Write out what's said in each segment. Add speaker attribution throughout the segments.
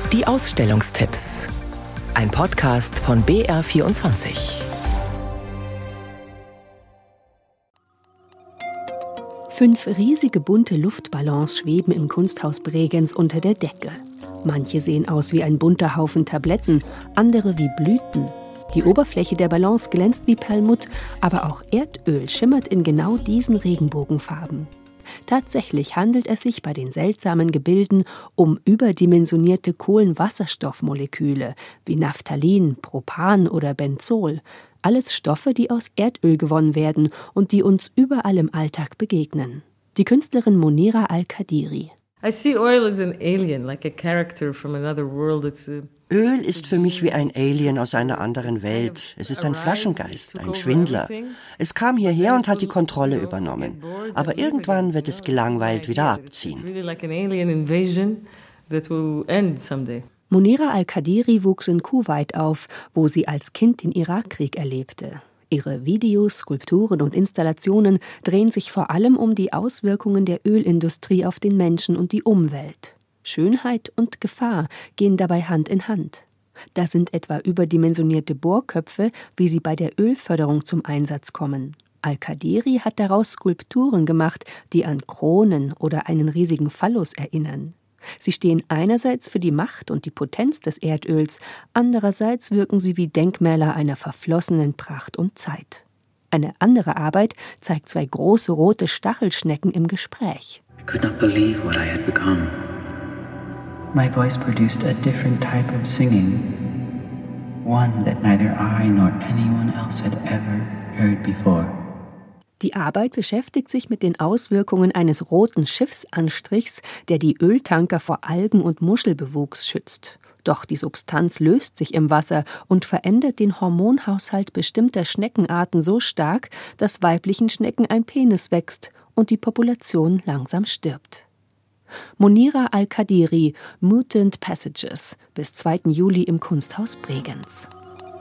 Speaker 1: Die Ausstellungstipps. Ein Podcast von BR24.
Speaker 2: 5 riesige bunte Luftballons schweben im Kunsthaus Bregenz unter der Decke. Manche sehen aus wie ein bunter Haufen Tabletten, andere wie Blüten. Die Oberfläche der Ballons glänzt wie Perlmutt, aber auch Erdöl schimmert in genau diesen Regenbogenfarben. Tatsächlich handelt es sich bei den seltsamen Gebilden um überdimensionierte Kohlenwasserstoffmoleküle wie Naphthalin, Propan oder Benzol. Alles Stoffe, die aus Erdöl gewonnen werden und die uns überall im Alltag begegnen. Die Künstlerin Monira Al-Qadiri.
Speaker 3: Öl ist für mich wie ein Alien aus einer anderen Welt. Es ist ein Flaschengeist, ein Schwindler. Es kam hierher und hat die Kontrolle übernommen. Aber irgendwann wird es gelangweilt wieder abziehen.
Speaker 2: Monira Al-Qadiri wuchs in Kuwait auf, wo sie als Kind den Irakkrieg erlebte. Ihre Videos, Skulpturen und Installationen drehen sich vor allem um die Auswirkungen der Ölindustrie auf den Menschen und die Umwelt. Schönheit und Gefahr gehen dabei Hand in Hand. Da sind etwa überdimensionierte Bohrköpfe, wie sie bei der Ölförderung zum Einsatz kommen. Al-Qadiri hat daraus Skulpturen gemacht, die an Kronen oder einen riesigen Phallus erinnern. Sie stehen einerseits für die Macht und die Potenz des Erdöls, andererseits wirken sie wie Denkmäler einer verflossenen Pracht und Zeit. Eine andere Arbeit zeigt 2 große rote Stachelschnecken im Gespräch.
Speaker 4: I could not believe what I had become. My voice produced a different type of singing, one that neither I nor anyone else had ever heard before.
Speaker 2: Die Arbeit beschäftigt sich mit den Auswirkungen eines roten Schiffsanstrichs, der die Öltanker vor Algen- und Muschelbewuchs schützt. Doch die Substanz löst sich im Wasser und verändert den Hormonhaushalt bestimmter Schneckenarten so stark, dass weiblichen Schnecken ein Penis wächst und die Population langsam stirbt. Monira Al-Qadiri, Mutant Passages, bis 2. Juli im Kunsthaus Bregenz.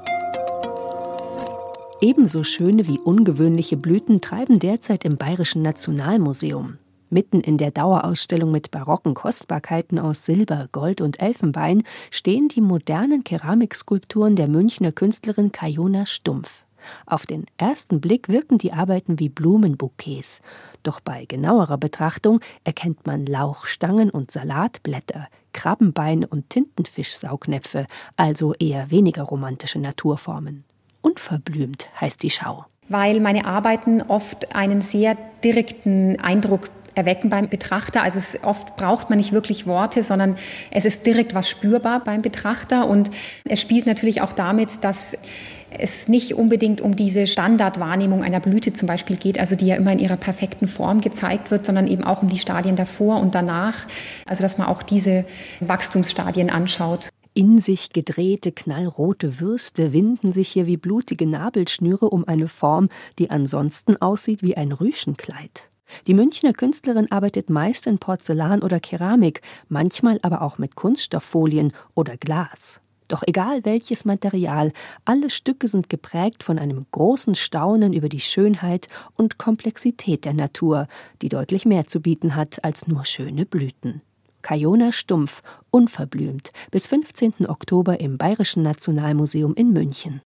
Speaker 2: Ebenso schöne wie ungewöhnliche Blüten treiben derzeit im Bayerischen Nationalmuseum. Mitten in der Dauerausstellung mit barocken Kostbarkeiten aus Silber, Gold und Elfenbein stehen die modernen Keramikskulpturen der Münchner Künstlerin Kajona Stumpf. Auf den ersten Blick wirken die Arbeiten wie Blumenbouquets. Doch bei genauerer Betrachtung erkennt man Lauchstangen und Salatblätter, Krabbenbeine und Tintenfischsaugnäpfe, also eher weniger romantische Naturformen. Unverblümt heißt die Schau.
Speaker 5: Weil meine Arbeiten oft einen sehr direkten Eindruck erwecken beim Betrachter. Also oft braucht man nicht wirklich Worte, sondern es ist direkt was spürbar beim Betrachter. Und es spielt natürlich auch damit, dass es nicht unbedingt um diese Standardwahrnehmung einer Blüte zum Beispiel geht, also die ja immer in ihrer perfekten Form gezeigt wird, sondern eben auch um die Stadien davor und danach. Also dass man auch diese Wachstumsstadien anschaut.
Speaker 2: In sich gedrehte, knallrote Würste winden sich hier wie blutige Nabelschnüre um eine Form, die ansonsten aussieht wie ein Rüschenkleid. Die Münchner Künstlerin arbeitet meist in Porzellan oder Keramik, manchmal aber auch mit Kunststofffolien oder Glas. Doch egal welches Material, alle Stücke sind geprägt von einem großen Staunen über die Schönheit und Komplexität der Natur, die deutlich mehr zu bieten hat als nur schöne Blüten. Kajona Stumpf, unverblümt, bis 15. Oktober im Bayerischen Nationalmuseum in München.